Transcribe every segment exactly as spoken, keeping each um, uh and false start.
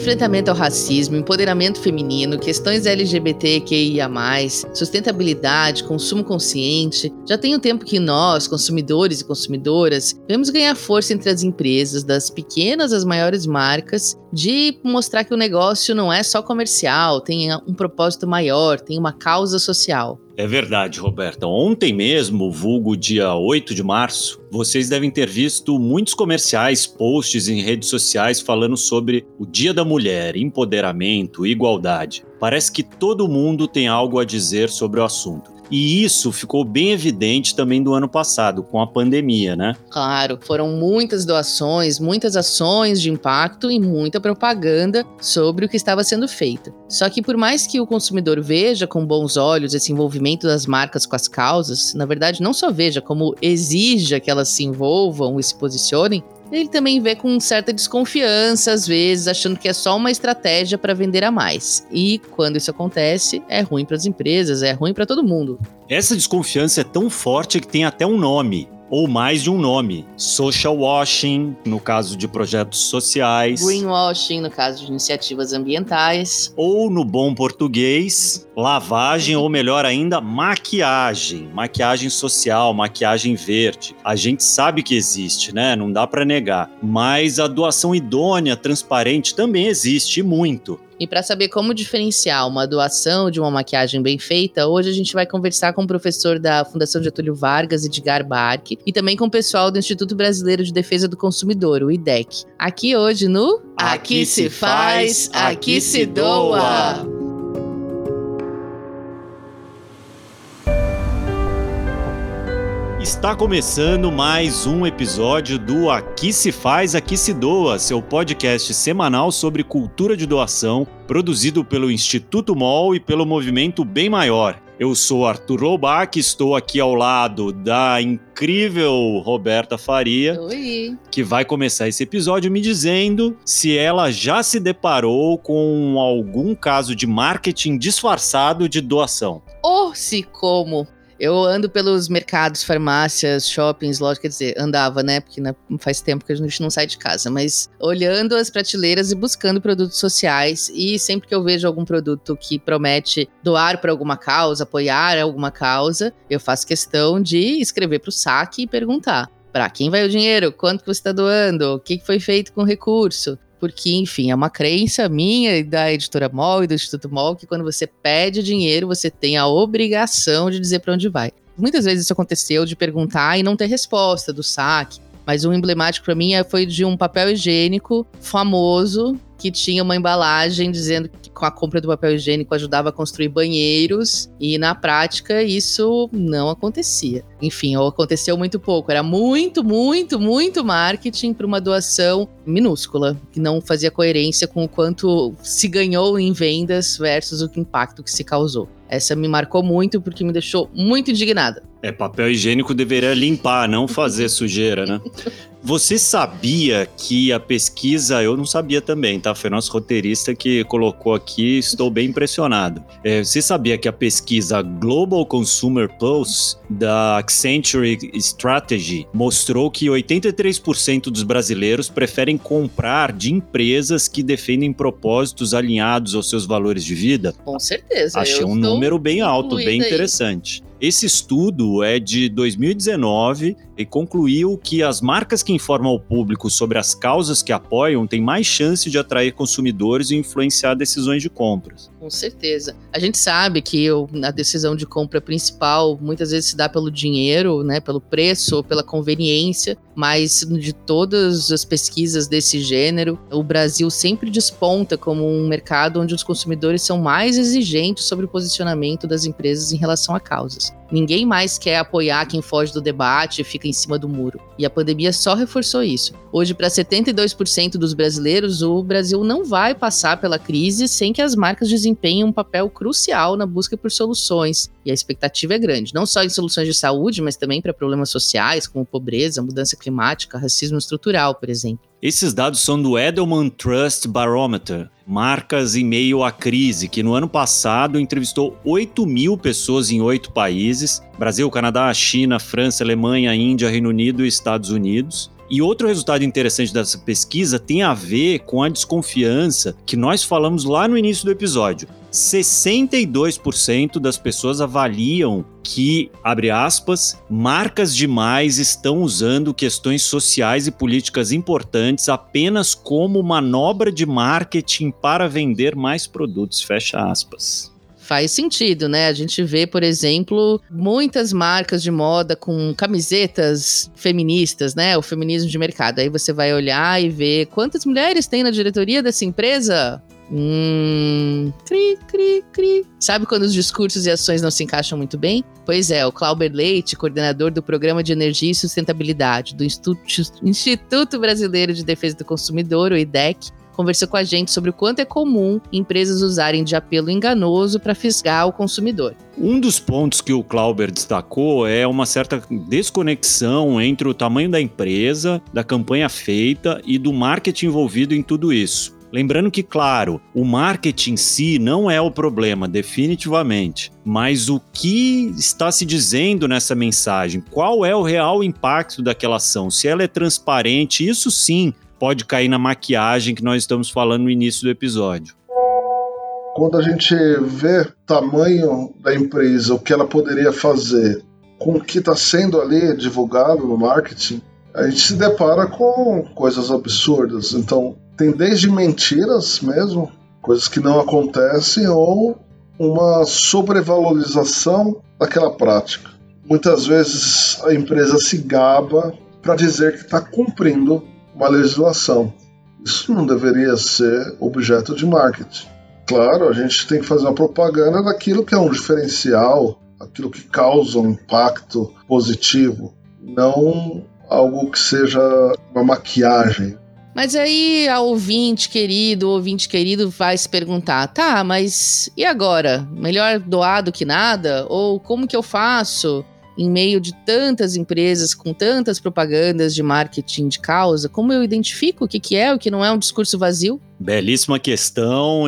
enfrentamento ao racismo, empoderamento feminino, questões L G B T Q I A mais, sustentabilidade, consumo consciente. Já tem um tempo que nós, consumidores e consumidoras, vemos ganhar força entre as empresas, das pequenas às maiores marcas, de mostrar que o negócio não é só comercial, tem um propósito maior, tem uma causa social. É verdade, Roberta. Ontem mesmo, vulgo dia oito de março, vocês devem ter visto muitos comerciais, posts em redes sociais falando sobre o Dia da Mulher, empoderamento, igualdade. Parece que todo mundo tem algo a dizer sobre o assunto. E isso ficou bem evidente também do ano passado, com a pandemia, né? Claro, foram muitas doações, muitas ações de impacto e muita propaganda sobre o que estava sendo feito. Só que por mais que o consumidor veja com bons olhos esse envolvimento das marcas com as causas, na verdade não só veja, como exija que elas se envolvam e se posicionem, ele também vê com certa desconfiança, às vezes, achando que é só uma estratégia para vender a mais. E quando isso acontece, é ruim para as empresas, é ruim para todo mundo. Essa desconfiança é tão forte que tem até um nome, ou mais de um nome. Social washing, no caso de projetos sociais. Greenwashing, no caso de iniciativas ambientais. Ou, no bom português, lavagem, ou melhor ainda, maquiagem. Maquiagem social, maquiagem verde. A gente sabe que existe, né? Não dá para negar. Mas a doação idônea, transparente, também existe, e muito. E para saber como diferenciar uma doação de uma maquiagem bem feita, hoje a gente vai conversar com o professor da Fundação Getúlio Vargas, Edgar Barque, e também com o pessoal do Instituto Brasileiro de Defesa do Consumidor, o I D E C. Aqui hoje no Aqui se faz, aqui se doa. Está começando mais um episódio do Aqui se faz, aqui se doa, seu podcast semanal sobre cultura de doação, produzido pelo Instituto M O L e pelo Movimento Bem Maior. Eu sou Arthur Loubach, estou aqui ao lado da incrível Roberta Faria, Oi. Que vai começar esse episódio me dizendo se ela já se deparou com algum caso de marketing disfarçado de doação. Ou se como... Eu ando pelos mercados, farmácias, shoppings, lojas, quer dizer, andava, né? Porque né, faz tempo que a gente não sai de casa. Mas olhando as prateleiras e buscando produtos sociais. E sempre que eu vejo algum produto que promete doar para alguma causa, apoiar alguma causa, eu faço questão de escrever para o saque e perguntar. Para quem vai o dinheiro? Quanto que você está doando? O que foi feito com o recurso? Porque, enfim, é uma crença minha e da editora M O L e do Instituto M O L que quando você pede dinheiro, você tem a obrigação de dizer para onde vai. Muitas vezes isso aconteceu de perguntar e não ter resposta do saque, mas um emblemático para mim foi de um papel higiênico famoso que tinha uma embalagem dizendo que com a compra do papel higiênico ajudava a construir banheiros e na prática isso não acontecia. Enfim, ou aconteceu muito pouco, era muito, muito, muito marketing para uma doação minúscula, que não fazia coerência com o quanto se ganhou em vendas versus o impacto que se causou. Essa me marcou muito porque me deixou muito indignada. É, papel higiênico deveria limpar, não fazer sujeira, né? Você sabia que a pesquisa... Eu não sabia também, tá? Foi nosso roteirista que colocou aqui, estou bem impressionado. É, você sabia que a pesquisa Global Consumer Pulse da Accenture Strategy mostrou que oitenta e três por cento dos brasileiros preferem comprar de empresas que defendem propósitos alinhados aos seus valores de vida? Com certeza. Achei um número bem alto, bem interessante. Esse estudo é de dois mil e dezenove e concluiu que as marcas que informam ao público sobre as causas que apoiam têm mais chance de atrair consumidores e influenciar decisões de compras. Com certeza. A gente sabe que a decisão de compra principal muitas vezes se dá pelo dinheiro, né, pelo preço ou pela conveniência, mas de todas as pesquisas desse gênero, o Brasil sempre desponta como um mercado onde os consumidores são mais exigentes sobre o posicionamento das empresas em relação a causas. Ninguém mais quer apoiar quem foge do debate e fica em cima do muro. E a pandemia só reforçou isso. Hoje, para setenta e dois por cento dos brasileiros, o Brasil não vai passar pela crise sem que as marcas desempenhem um papel crucial na busca por soluções. E a expectativa é grande, não só em soluções de saúde, mas também para problemas sociais, como pobreza, mudança climática, racismo estrutural, por exemplo. Esses dados são do Edelman Trust Barometer, marcas em meio à crise, que no ano passado entrevistou oito mil pessoas em oito países, Brasil, Canadá, China, França, Alemanha, Índia, Reino Unido e Estados Unidos. E outro resultado interessante dessa pesquisa tem a ver com a desconfiança que nós falamos lá no início do episódio. sessenta e dois por cento das pessoas avaliam que, abre aspas, marcas demais estão usando questões sociais e políticas importantes apenas como manobra de marketing para vender mais produtos, fecha aspas. Faz sentido, né? A gente vê, por exemplo, muitas marcas de moda com camisetas feministas, né? O feminismo de mercado. Aí você vai olhar e ver quantas mulheres tem na diretoria dessa empresa? Hum... Cri, cri, cri. Sabe quando os discursos e ações não se encaixam muito bem? Pois é, o Clauber Leite, coordenador do Programa de Energia e Sustentabilidade do Instituto, Instituto Brasileiro de Defesa do Consumidor, o I D E C, conversou com a gente sobre o quanto é comum empresas usarem de apelo enganoso para fisgar o consumidor. Um dos pontos que o Clauber destacou é uma certa desconexão entre o tamanho da empresa, da campanha feita e do marketing envolvido em tudo isso. Lembrando que, claro, o marketing em si não é o problema, definitivamente, mas o que está se dizendo nessa mensagem, qual é o real impacto daquela ação, se ela é transparente, isso sim pode cair na maquiagem que nós estamos falando no início do episódio. Quando a gente vê o tamanho da empresa, o que ela poderia fazer com o que está sendo ali divulgado no marketing, a gente se depara com coisas absurdas. Então, tem desde mentiras mesmo, coisas que não acontecem, ou uma sobrevalorização daquela prática. Muitas vezes a empresa se gaba para dizer que está cumprindo uma legislação. Isso não deveria ser objeto de marketing. Claro, a gente tem que fazer uma propaganda daquilo que é um diferencial, aquilo que causa um impacto positivo, não algo que seja uma maquiagem. Mas aí a ouvinte querido, o ouvinte querido vai se perguntar, tá, mas e agora? Melhor doar do que nada? Ou como que eu faço? Em meio de tantas empresas, com tantas propagandas de marketing de causa, como eu identifico o que, que é, o que não é um discurso vazio? Belíssima questão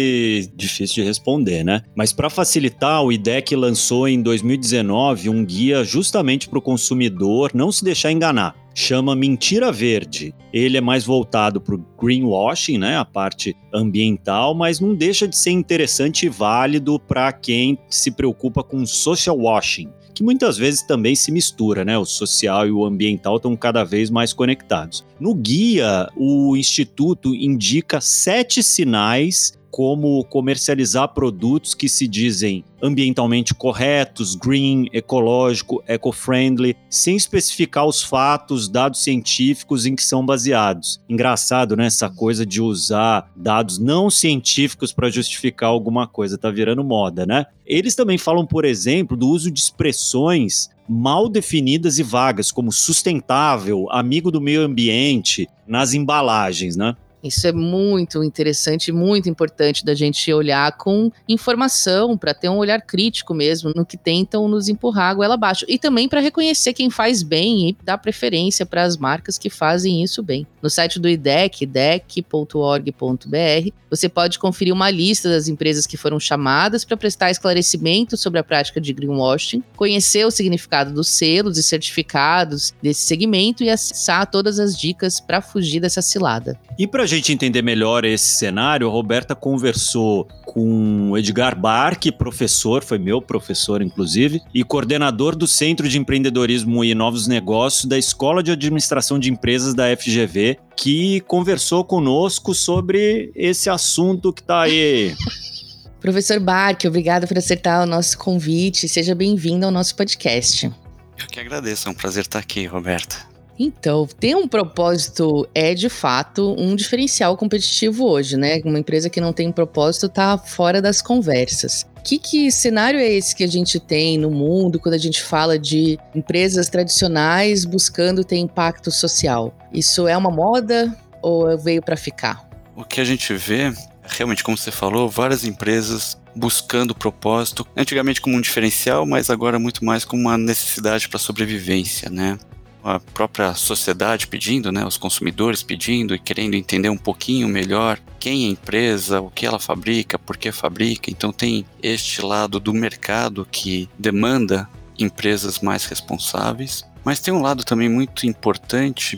e difícil de responder, né? Mas para facilitar, o I D E C lançou em dois mil e dezenove um guia justamente para o consumidor não se deixar enganar. Chama Mentira Verde. Ele é mais voltado para o greenwashing, né, a parte ambiental, mas não deixa de ser interessante e válido para quem se preocupa com social washing, que muitas vezes também se mistura, né? O social e o ambiental estão cada vez mais conectados. No guia, o Instituto indica sete sinais como comercializar produtos que se dizem ambientalmente corretos, green, ecológico, eco-friendly, sem especificar os fatos, dados científicos em que são baseados. Engraçado, né? Essa coisa de usar dados não científicos para justificar alguma coisa, tá virando moda, né? Eles também falam, por exemplo, do uso de expressões mal definidas e vagas, como sustentável, amigo do meio ambiente, nas embalagens, né? Isso é muito interessante e muito importante da gente olhar com informação, para ter um olhar crítico mesmo no que tentam nos empurrar a goela abaixo. E também para reconhecer quem faz bem e dar preferência para as marcas que fazem isso bem. No site do I D E C, I D E C ponto org ponto b r, você pode conferir uma lista das empresas que foram chamadas para prestar esclarecimento sobre a prática de greenwashing, conhecer o significado dos selos e certificados desse segmento e acessar todas as dicas para fugir dessa cilada. E para a gente entender melhor esse cenário, a Roberta conversou com o Edgar Barque, professor, foi meu professor inclusive, e coordenador do Centro de Empreendedorismo e Novos Negócios da Escola de Administração de Empresas da F G V, que conversou conosco sobre esse assunto que está aí. Professor Barque, obrigada por aceitar o nosso convite. Seja bem-vindo ao nosso podcast. Eu que agradeço, é um prazer estar aqui, Roberta. Então, ter um propósito é, de fato, um diferencial competitivo hoje, né? Uma empresa que não tem propósito está fora das conversas. Que, que cenário é esse que a gente tem no mundo quando a gente fala de empresas tradicionais buscando ter impacto social? Isso é uma moda ou veio para ficar? O que a gente vê, realmente, como você falou, várias empresas buscando propósito, antigamente como um diferencial, mas agora muito mais como uma necessidade para sobrevivência, né? A própria sociedade pedindo, né, os consumidores pedindo e querendo entender um pouquinho melhor quem é a empresa, o que ela fabrica, por que fabrica. Então tem este lado do mercado que demanda empresas mais responsáveis, mas tem um lado também muito importante que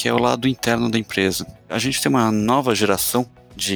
que é o lado interno da empresa. A gente tem uma nova geração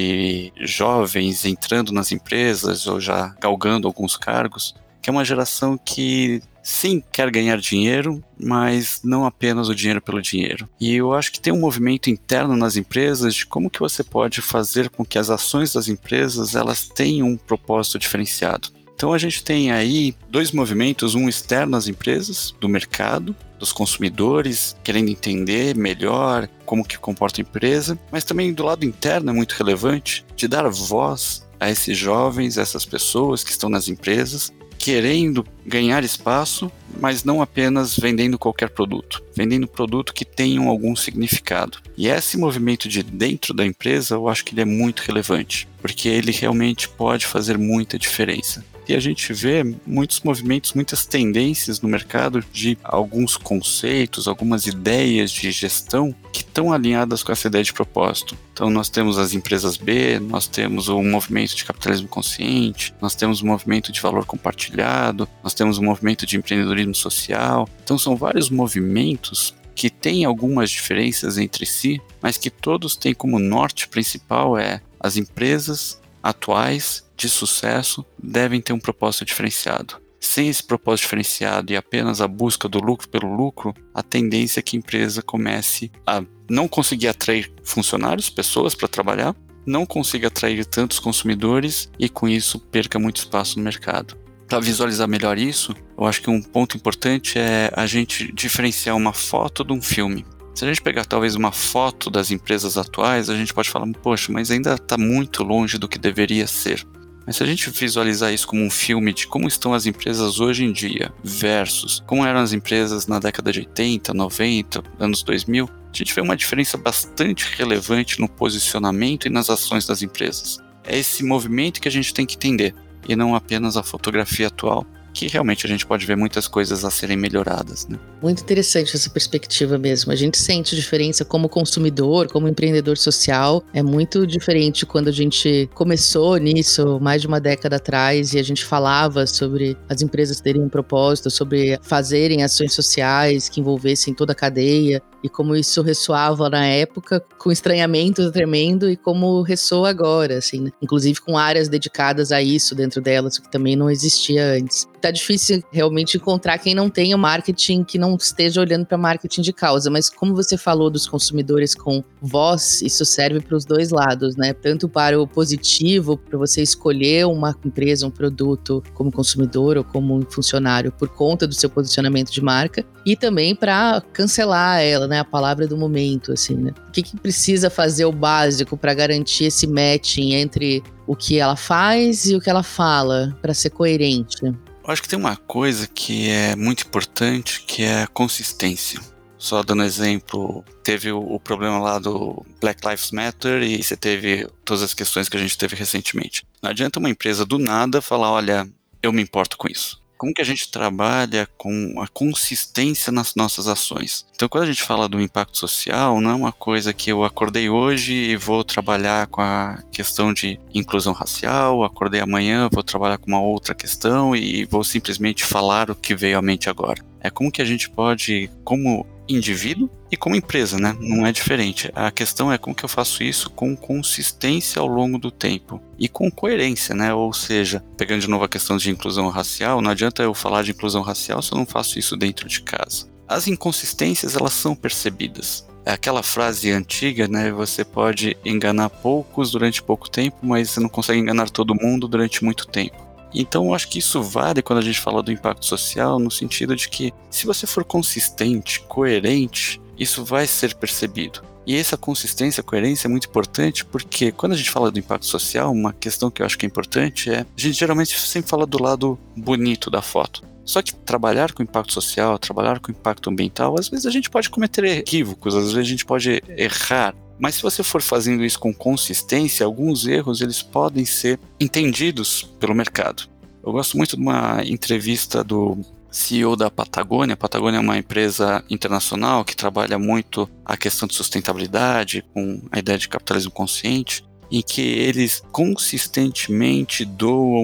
de jovens entrando nas empresas ou já galgando alguns cargos, que é uma geração que sim quer ganhar dinheiro, mas não apenas o dinheiro pelo dinheiro. E eu acho que tem um movimento interno nas empresas de como que você pode fazer com que as ações das empresas elas tenham um propósito diferenciado. Então a gente tem aí dois movimentos, um externo às empresas, do mercado, dos consumidores, querendo entender melhor como que comporta a empresa, mas também do lado interno é muito relevante de dar voz a esses jovens, a essas pessoas que estão nas empresas, querendo ganhar espaço, mas não apenas vendendo qualquer produto, vendendo produto que tenham algum significado. E esse movimento de dentro da empresa, eu acho que ele é muito relevante, porque ele realmente pode fazer muita diferença. E a gente vê muitos movimentos, muitas tendências no mercado de alguns conceitos, algumas ideias de gestão que estão alinhadas com essa ideia de propósito. Então nós temos as empresas B, nós temos o movimento de capitalismo consciente, nós temos o movimento de valor compartilhado, nós temos o movimento de empreendedorismo social. Então são vários movimentos que têm algumas diferenças entre si, mas que todos têm como norte principal é as empresas atuais de sucesso devem ter um propósito diferenciado. Sem esse propósito diferenciado e apenas a busca do lucro pelo lucro, a tendência é que a empresa comece a não conseguir atrair funcionários, pessoas para trabalhar, não consiga atrair tantos consumidores e com isso perca muito espaço no mercado. Para visualizar melhor isso, eu acho que um ponto importante é a gente diferenciar uma foto de um filme. Se a gente pegar talvez uma foto das empresas atuais, a gente pode falar, poxa, mas ainda está muito longe do que deveria ser. Mas se a gente visualizar isso como um filme de como estão as empresas hoje em dia versus como eram as empresas na década de oitenta, noventa, anos dois mil, a gente vê uma diferença bastante relevante no posicionamento e nas ações das empresas. É esse movimento que a gente tem que entender, e não apenas a fotografia atual, que realmente a gente pode ver muitas coisas a serem melhoradas, né? Muito interessante essa perspectiva mesmo. A gente sente diferença como consumidor, como empreendedor social. É muito diferente quando a gente começou nisso mais de uma década atrás e a gente falava sobre as empresas terem um propósito, sobre fazerem ações sociais que envolvessem toda a cadeia e como isso ressoava na época com estranhamento tremendo e como ressoa agora, assim, né? Inclusive com áreas dedicadas a isso dentro delas, o que também não existia antes. Tá difícil realmente encontrar quem não tenha marketing, que não esteja olhando para marketing de causa, mas como você falou dos consumidores com voz, isso serve para os dois lados, né? Tanto para o positivo, para você escolher uma empresa, um produto como consumidor ou como funcionário por conta do seu posicionamento de marca, e também para cancelar ela, né? A palavra do momento, assim, né? O que, que precisa fazer o básico para garantir esse matching entre o que ela faz e o que ela fala, para ser coerente? Eu acho que tem uma coisa que é muito importante, que é a consistência. Só dando exemplo, teve o, o problema lá do Black Lives Matter e você teve todas as questões que a gente teve recentemente. Não adianta uma empresa do nada falar, olha, eu me importo com isso. Como que a gente trabalha com a consistência nas nossas ações? Então, quando a gente fala do impacto social, não é uma coisa que eu acordei hoje e vou trabalhar com a questão de inclusão racial, acordei amanhã, vou trabalhar com uma outra questão e vou simplesmente falar o que veio à mente agora. É como que a gente pode, como indivíduo e como empresa, né? Não é diferente. A questão é como que eu faço isso com consistência ao longo do tempo e com coerência, né? Ou seja, pegando de novo a questão de inclusão racial, não adianta eu falar de inclusão racial se eu não faço isso dentro de casa. As inconsistências, elas são percebidas. É aquela frase antiga, né? Você pode enganar poucos durante pouco tempo, mas você não consegue enganar todo mundo durante muito tempo. Então eu acho que isso vale quando a gente fala do impacto social, no sentido de que se você for consistente, coerente, isso vai ser percebido. E essa consistência, coerência é muito importante porque quando a gente fala do impacto social, uma questão que eu acho que é importante é, a gente geralmente sempre fala do lado bonito da foto. Só que trabalhar com impacto social, trabalhar com impacto ambiental, às vezes a gente pode cometer equívocos, às vezes a gente pode errar. Mas se você for fazendo isso com consistência, alguns erros eles podem ser entendidos pelo mercado. Eu gosto muito de uma entrevista do C E O da Patagônia. A Patagônia é uma empresa internacional que trabalha muito a questão de sustentabilidade, com a ideia de capitalismo consciente, em que eles consistentemente doam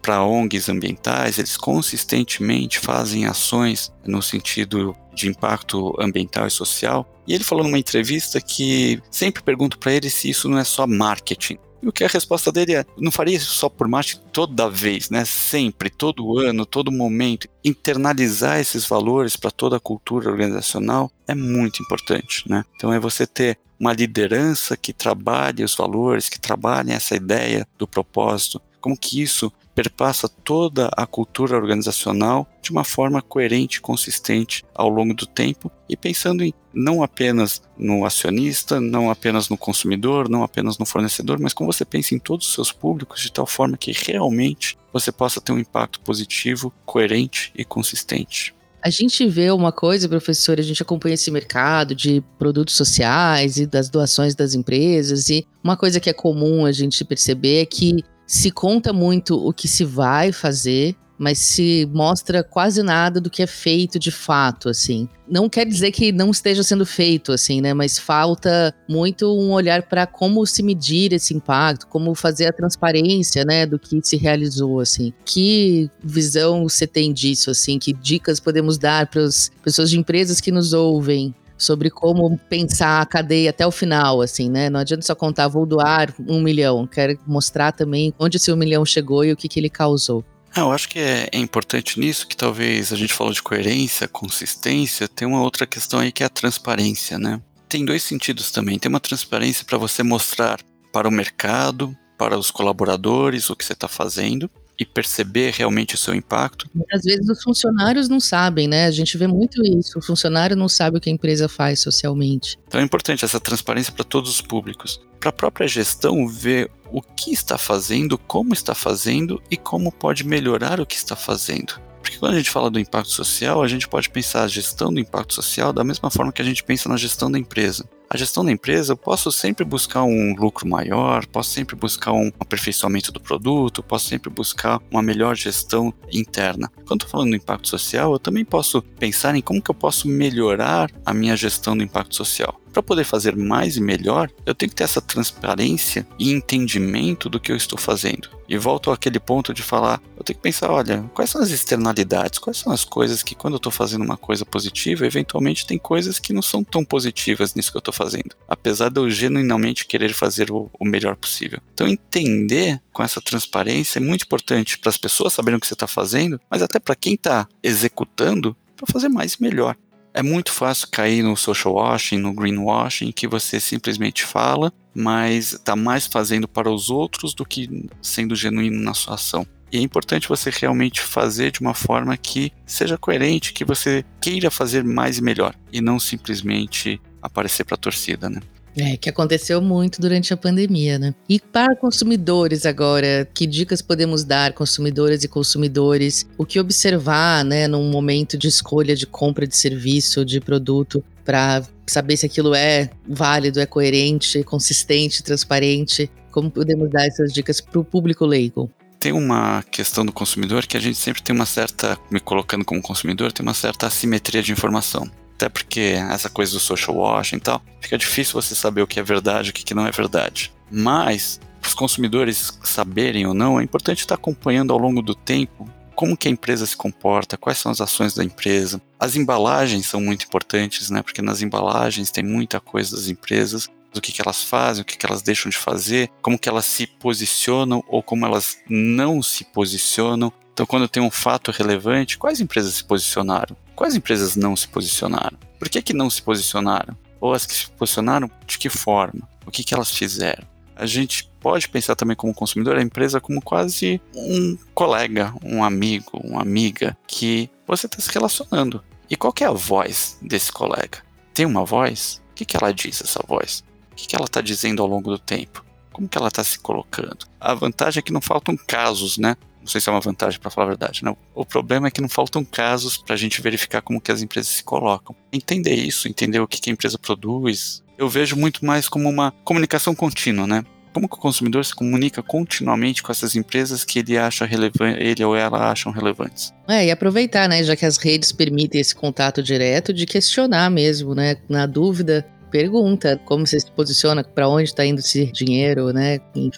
para O N Gs ambientais, eles consistentemente fazem ações no sentido de impacto ambiental e social. E ele falou numa entrevista que sempre pergunto para ele se isso não é só marketing. E o que a resposta dele é, não faria isso só por marketing toda vez, né? Sempre, todo ano, todo momento. Internalizar esses valores para toda a cultura organizacional é muito importante, né? Então é você ter uma liderança que trabalhe os valores, que trabalhe essa ideia do propósito, como que isso perpassa toda a cultura organizacional de uma forma coerente e consistente ao longo do tempo e pensando em não apenas no acionista, não apenas no consumidor, não apenas no fornecedor, mas como você pensa em todos os seus públicos de tal forma que realmente você possa ter um impacto positivo, coerente e consistente. A gente vê uma coisa, professor, a gente acompanha esse mercado de produtos sociais e das doações das empresas, e uma coisa que é comum a gente perceber é que se conta muito o que se vai fazer, mas se mostra quase nada do que é feito de fato, assim. Não quer dizer que não esteja sendo feito, assim, né? Mas falta muito um olhar para como se medir esse impacto, como fazer a transparência, né, do que se realizou, assim. Que visão você tem disso, assim? Que dicas podemos dar para as pessoas de empresas que nos ouvem sobre como pensar a cadeia até o final, assim, né? Não adianta só contar, vou doar um milhão. Quero mostrar também onde esse um milhão chegou e o que, que ele causou. Ah, eu acho que é, é importante nisso que talvez a gente falou de coerência, consistência, tem uma outra questão aí que é a transparência, né? Tem dois sentidos também. Tem uma transparência para você mostrar para o mercado, para os colaboradores o que você está fazendo e perceber realmente o seu impacto. Às vezes os funcionários não sabem, né? A gente vê muito isso. O funcionário não sabe o que a empresa faz socialmente. Então é importante essa transparência para todos os públicos. Para a própria gestão ver o que está fazendo, como está fazendo e como pode melhorar o que está fazendo. Porque quando a gente fala do impacto social, a gente pode pensar a gestão do impacto social da mesma forma que a gente pensa na gestão da empresa. A gestão da empresa, eu posso sempre buscar um lucro maior, posso sempre buscar um aperfeiçoamento do produto, posso sempre buscar uma melhor gestão interna. Quando estou falando do impacto social, eu também posso pensar em como que eu posso melhorar a minha gestão do impacto social. Para poder fazer mais e melhor, eu tenho que ter essa transparência e entendimento do que eu estou fazendo. E volto àquele ponto de falar, eu tenho que pensar, olha, quais são as externalidades, quais são as coisas que quando eu estou fazendo uma coisa positiva, eventualmente tem coisas que não são tão positivas nisso que eu estou fazendo, apesar de eu genuinamente querer fazer o, o melhor possível. Então entender com essa transparência é muito importante para as pessoas saberem o que você está fazendo, mas até para quem está executando, para fazer mais e melhor. É muito fácil cair no social washing, no greenwashing, que você simplesmente fala, mas está mais fazendo para os outros do que sendo genuíno na sua ação. E é importante você realmente fazer de uma forma que seja coerente, que você queira fazer mais e melhor, e não simplesmente aparecer para a torcida, né? É, que aconteceu muito durante a pandemia, né? E para consumidores agora, que dicas podemos dar, consumidoras e consumidores? O que observar, né, num momento de escolha de compra de serviço, de produto, para saber se aquilo é válido, é coerente, consistente, transparente? Como podemos dar essas dicas para o público leigo? Tem uma questão do consumidor que a gente sempre tem uma certa, me colocando como consumidor, tem uma certa assimetria de informação. Até porque essa coisa do social washing e tal, fica difícil você saber o que é verdade e o que não é verdade. Mas, para os consumidores saberem ou não, é importante estar acompanhando ao longo do tempo como que a empresa se comporta, quais são as ações da empresa. As embalagens são muito importantes, né? Porque nas embalagens tem muita coisa das empresas, do que, que elas fazem, o que, que elas deixam de fazer, como que elas se posicionam ou como elas não se posicionam. Então, quando tem um fato relevante, quais empresas se posicionaram? Quais empresas não se posicionaram? Por que que não se posicionaram? Ou as que se posicionaram, de que forma? O que que elas fizeram? A gente pode pensar também como consumidor a empresa como quase um colega, um amigo, uma amiga que você está se relacionando. E qual que é a voz desse colega? Tem uma voz? O que que ela diz, essa voz? O que que ela está dizendo ao longo do tempo? Como que ela está se colocando? A vantagem é que não faltam casos, né? Não sei se é uma vantagem, para falar a verdade, não. O problema é que não faltam casos para a gente verificar como que as empresas se colocam. Entender isso, entender o que, que a empresa produz, eu vejo muito mais como uma comunicação contínua, né? Como que o consumidor se comunica continuamente com essas empresas que ele acha relevante, ele ou ela acham relevantes. É, e aproveitar, né, já que as redes permitem esse contato direto, de questionar mesmo, né? Na dúvida, pergunta como você se posiciona, para onde está indo esse dinheiro, né? Enfim.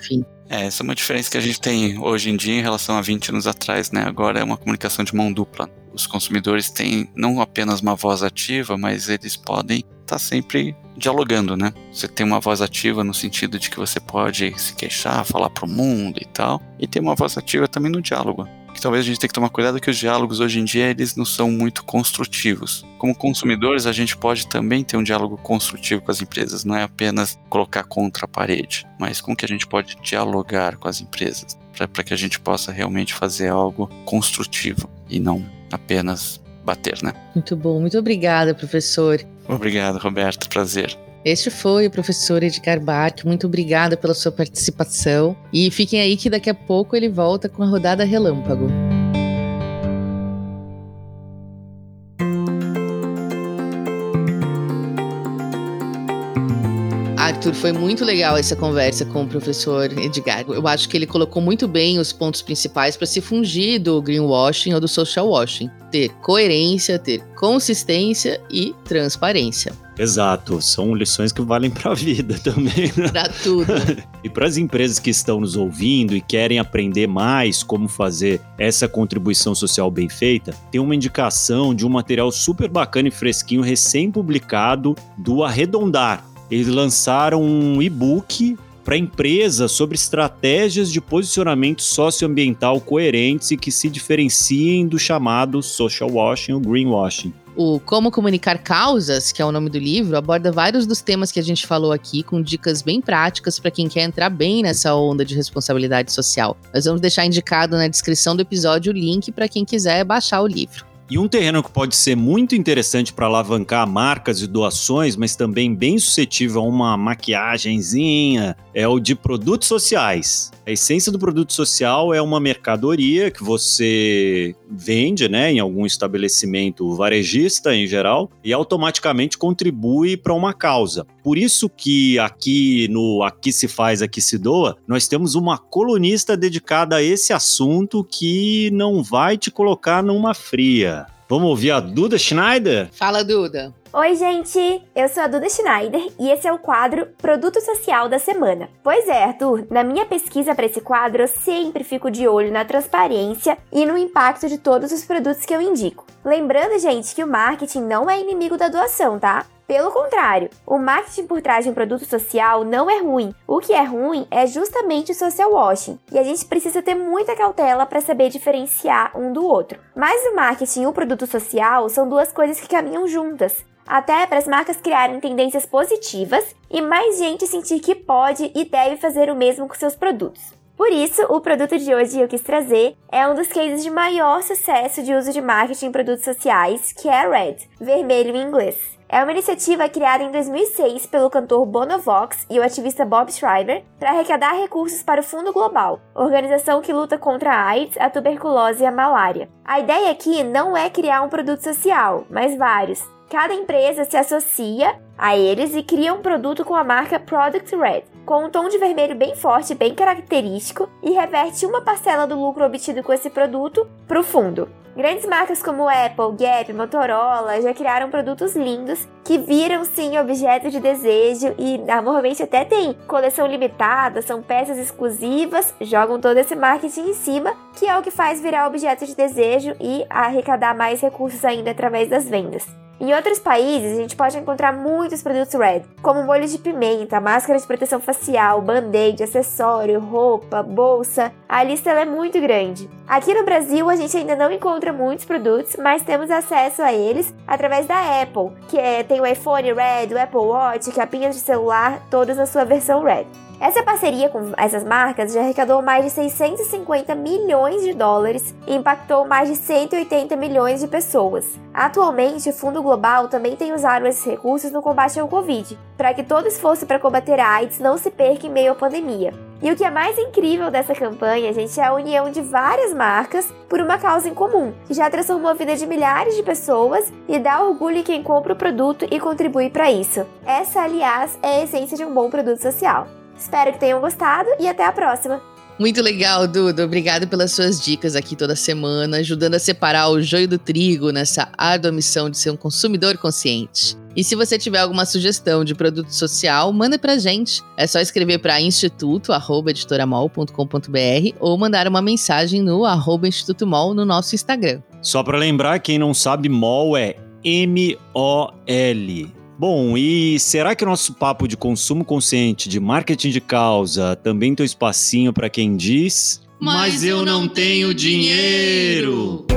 É, essa é uma diferença que a gente tem hoje em dia em relação a vinte anos atrás, né? Agora é uma comunicação de mão dupla. Os consumidores têm não apenas uma voz ativa, mas eles podem estar sempre dialogando, né? Você tem uma voz ativa no sentido de que você pode se queixar, falar pro mundo e tal, e tem uma voz ativa também no diálogo. Que talvez a gente tenha que tomar cuidado que os diálogos hoje em dia eles não são muito construtivos. Como consumidores, a gente pode também ter um diálogo construtivo com as empresas, não é apenas colocar contra a parede, mas como que a gente pode dialogar com as empresas para que a gente possa realmente fazer algo construtivo e não apenas bater, né? Muito bom, muito obrigada, professor. Obrigado, Roberto, prazer. Este foi o professor Edgar Bach, muito obrigada pela sua participação. E fiquem aí que daqui a pouco ele volta com a rodada relâmpago. Arthur, foi muito legal essa conversa com o professor Edgar. Eu acho que ele colocou muito bem os pontos principais para se fungir do greenwashing ou do social washing. Ter coerência, ter consistência e transparência. Exato, são lições que valem para a vida também. Né? Para tudo. E para as empresas que estão nos ouvindo e querem aprender mais como fazer essa contribuição social bem feita, tem uma indicação de um material super bacana e fresquinho, recém-publicado, do Arredondar. Eles lançaram um e-book para empresas sobre estratégias de posicionamento socioambiental coerentes e que se diferenciem do chamado social washing ou greenwashing. O Como Comunicar Causas, que é o nome do livro, aborda vários dos temas que a gente falou aqui, com dicas bem práticas para quem quer entrar bem nessa onda de responsabilidade social. Nós vamos deixar indicado na descrição do episódio o link para quem quiser baixar o livro. E um terreno que pode ser muito interessante para alavancar marcas e doações, mas também bem suscetível a uma maquiagenzinha, é o de produtos sociais. A essência do produto social é uma mercadoria que você vende, né, em algum estabelecimento varejista em geral, e automaticamente contribui para uma causa. Por isso que aqui no Aqui se faz, aqui se doa, nós temos uma colunista dedicada a esse assunto que não vai te colocar numa fria. Vamos ouvir a Duda Schneider? Fala, Duda. Oi, gente! Eu sou a Duda Schneider e esse é o quadro Produto Social da Semana. Pois é, Arthur, na minha pesquisa para esse quadro eu sempre fico de olho na transparência e no impacto de todos os produtos que eu indico. Lembrando, gente, que o marketing não é inimigo da doação, tá? Pelo contrário, o marketing por trás de um produto social não é ruim. O que é ruim é justamente o social washing. E a gente precisa ter muita cautela para saber diferenciar um do outro. Mas o marketing e o produto social são duas coisas que caminham juntas. Até para as marcas criarem tendências positivas e mais gente sentir que pode e deve fazer o mesmo com seus produtos. Por isso, o produto de hoje que eu quis trazer é um dos cases de maior sucesso de uso de marketing em produtos sociais, que é a Red, vermelho em inglês. É uma iniciativa criada em dois mil e seis pelo cantor Bono Vox e o ativista Bob Schreiber para arrecadar recursos para o Fundo Global, organização que luta contra a AIDS, a tuberculose e a malária. A ideia aqui não é criar um produto social, mas vários. Cada empresa se associa a eles e cria um produto com a marca Product Red, com um tom de vermelho bem forte e bem característico, e reverte uma parcela do lucro obtido com esse produto para o fundo. Grandes marcas como Apple, Gap, Motorola já criaram produtos lindos que viram sim objeto de desejo e normalmente até tem coleção limitada, são peças exclusivas, jogam todo esse marketing em cima, que é o que faz virar objeto de desejo e arrecadar mais recursos ainda através das vendas. Em outros países, a gente pode encontrar muitos produtos Red, como molho de pimenta, máscara de proteção facial, band-aid, acessório, roupa, bolsa. A lista ela é muito grande. Aqui no Brasil, a gente ainda não encontra muitos produtos, mas temos acesso a eles através da Apple, que é, tem o iPhone Red, o Apple Watch, capinhas de celular, todos na sua versão Red. Essa parceria com essas marcas já arrecadou mais de seiscentos e cinquenta milhões de dólares e impactou mais de cento e oitenta milhões de pessoas. Atualmente, o Fundo Global também tem usado esses recursos no combate ao Covid, para que todo esforço para combater a AIDS não se perca em meio à pandemia. E o que é mais incrível dessa campanha, gente, é a união de várias marcas por uma causa em comum, que já transformou a vida de milhares de pessoas e dá orgulho em quem compra o produto e contribui para isso. Essa, aliás, é a essência de um bom produto social. Espero que tenham gostado e até a próxima! Muito legal, Duda. Obrigado pelas suas dicas aqui toda semana, ajudando a separar o joio do trigo nessa árdua missão de ser um consumidor consciente. E se você tiver alguma sugestão de produto social, manda pra gente. É só escrever para instituto arroba editoramol ponto com ponto b r ou mandar uma mensagem no arroba Instituto Mol no nosso Instagram. Só para lembrar, quem não sabe, Mol é M O L. Bom, e será que o nosso papo de consumo consciente, de marketing de causa, também tem um espacinho para quem diz... Mas eu não tenho dinheiro!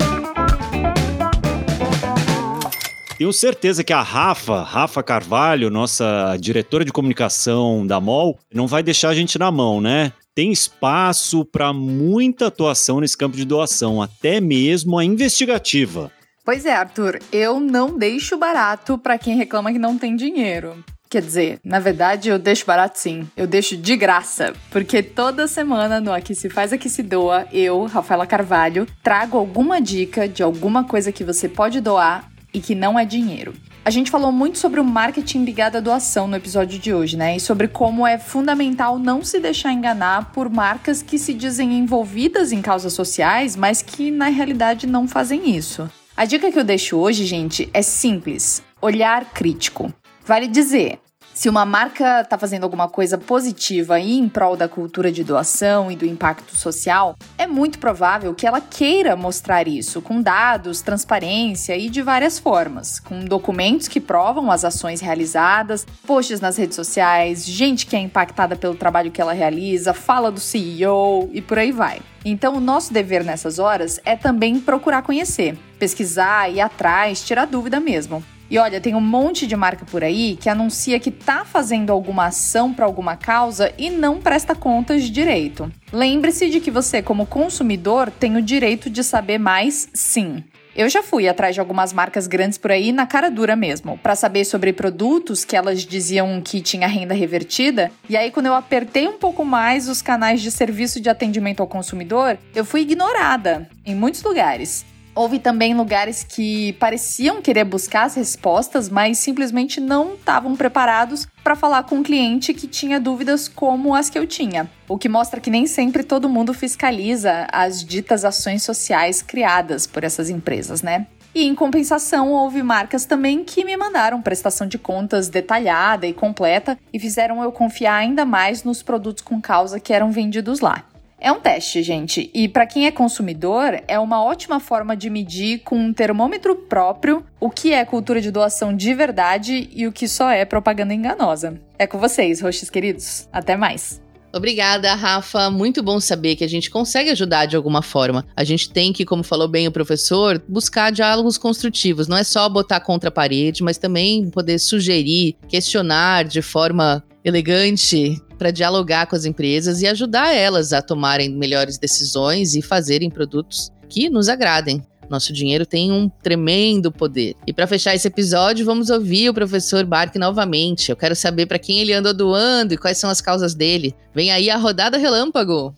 Tenho certeza que a Rafa, Rafa Carvalho, nossa diretora de comunicação da Mol, não vai deixar a gente na mão, né? Tem espaço para muita atuação nesse campo de doação, até mesmo a investigativa. Pois é, Arthur, eu não deixo barato para quem reclama que não tem dinheiro. Quer dizer, na verdade eu deixo barato sim, eu deixo de graça, porque toda semana no Aqui Se Faz, Aqui Se Doa, eu, Rafaela Carvalho, trago alguma dica de alguma coisa que você pode doar e que não é dinheiro. A gente falou muito sobre o marketing ligado à doação no episódio de hoje, né? E sobre como é fundamental não se deixar enganar por marcas que se dizem envolvidas em causas sociais, mas que na realidade não fazem isso. A dica que eu deixo hoje, gente, é simples: olhar crítico. Vale dizer, se uma marca está fazendo alguma coisa positiva e em prol da cultura de doação e do impacto social, é muito provável que ela queira mostrar isso com dados, transparência e de várias formas, com documentos que provam as ações realizadas, posts nas redes sociais, gente que é impactada pelo trabalho que ela realiza, fala do C E O e por aí vai. Então, o nosso dever nessas horas é também procurar conhecer, pesquisar, ir atrás, tirar dúvida mesmo. E olha, tem um monte de marca por aí que anuncia que tá fazendo alguma ação para alguma causa e não presta contas direito. Lembre-se de que você, como consumidor, tem o direito de saber mais, sim. Eu já fui atrás de algumas marcas grandes por aí na cara dura mesmo, para saber sobre produtos que elas diziam que tinha renda revertida, e aí quando eu apertei um pouco mais os canais de serviço de atendimento ao consumidor, eu fui ignorada em muitos lugares. Houve também lugares que pareciam querer buscar as respostas, mas simplesmente não estavam preparados para falar com um cliente que tinha dúvidas como as que eu tinha. O que mostra que nem sempre todo mundo fiscaliza as ditas ações sociais criadas por essas empresas, né? E em compensação, houve marcas também que me mandaram prestação de contas detalhada e completa e fizeram eu confiar ainda mais nos produtos com causa que eram vendidos lá. É um teste, gente, e para quem é consumidor, é uma ótima forma de medir com um termômetro próprio o que é cultura de doação de verdade e o que só é propaganda enganosa. É com vocês, roxos queridos. Até mais! Obrigada, Rafa. Muito bom saber que a gente consegue ajudar de alguma forma. A gente tem que, como falou bem o professor, buscar diálogos construtivos. Não é só botar contra a parede, mas também poder sugerir, questionar de forma elegante para dialogar com as empresas e ajudar elas a tomarem melhores decisões e fazerem produtos que nos agradem. Nosso dinheiro tem um tremendo poder. E para fechar esse episódio, vamos ouvir o professor Barque novamente. Eu quero saber para quem ele anda doando e quais são as causas dele. Vem aí a rodada relâmpago.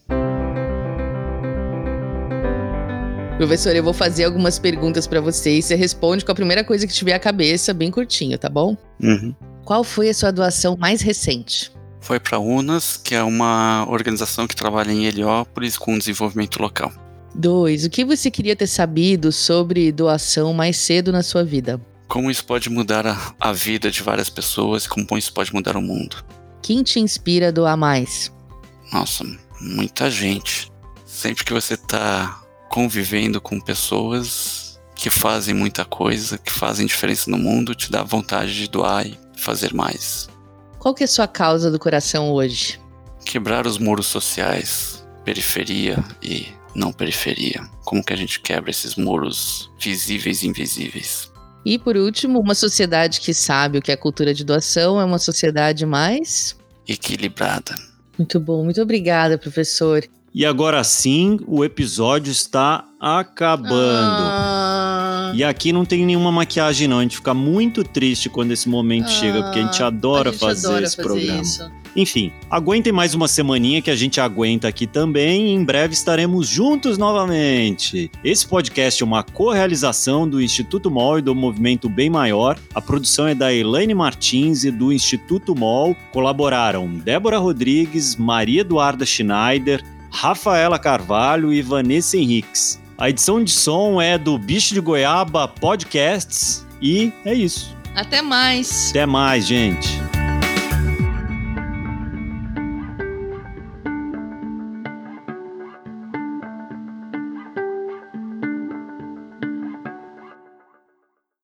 Professor, eu vou fazer algumas perguntas para você e você responde com a primeira coisa que tiver à cabeça, bem curtinho, tá bom? Uhum. Qual foi a sua doação mais recente? Foi para a UNAS, que é uma organização que trabalha em Heliópolis com desenvolvimento local. Dois, o que você queria ter sabido sobre doação mais cedo na sua vida? Como isso pode mudar a, a vida de várias pessoas e como isso pode mudar o mundo. Quem te inspira a doar mais? Nossa, muita gente. Sempre que você está convivendo com pessoas que fazem muita coisa, que fazem diferença no mundo, te dá vontade de doar e fazer mais. Qual que é a sua causa do coração hoje? Quebrar os muros sociais, periferia e não periferia. Como que a gente quebra esses muros visíveis e invisíveis? E por último, uma sociedade que sabe o que é cultura de doação é uma sociedade mais... equilibrada. Muito bom, muito obrigada, professor. E agora sim, o episódio está acabando. Ah... E aqui não tem nenhuma maquiagem não, a gente fica muito triste quando esse momento ah... chega, porque a gente adora a gente fazer adora esse fazer programa. Isso. Enfim, aguentem mais uma semaninha que a gente aguenta aqui também e em breve estaremos juntos novamente. Esse podcast é uma co-realização do Instituto M O L e do Movimento Bem Maior. A produção é da Elaine Martins e do Instituto M O L. Colaboraram Débora Rodrigues, Maria Eduarda Schneider, Rafaela Carvalho e Vanessa Henriques. A edição de som é do Bicho de Goiaba Podcasts e é isso. Até mais. Até mais, gente.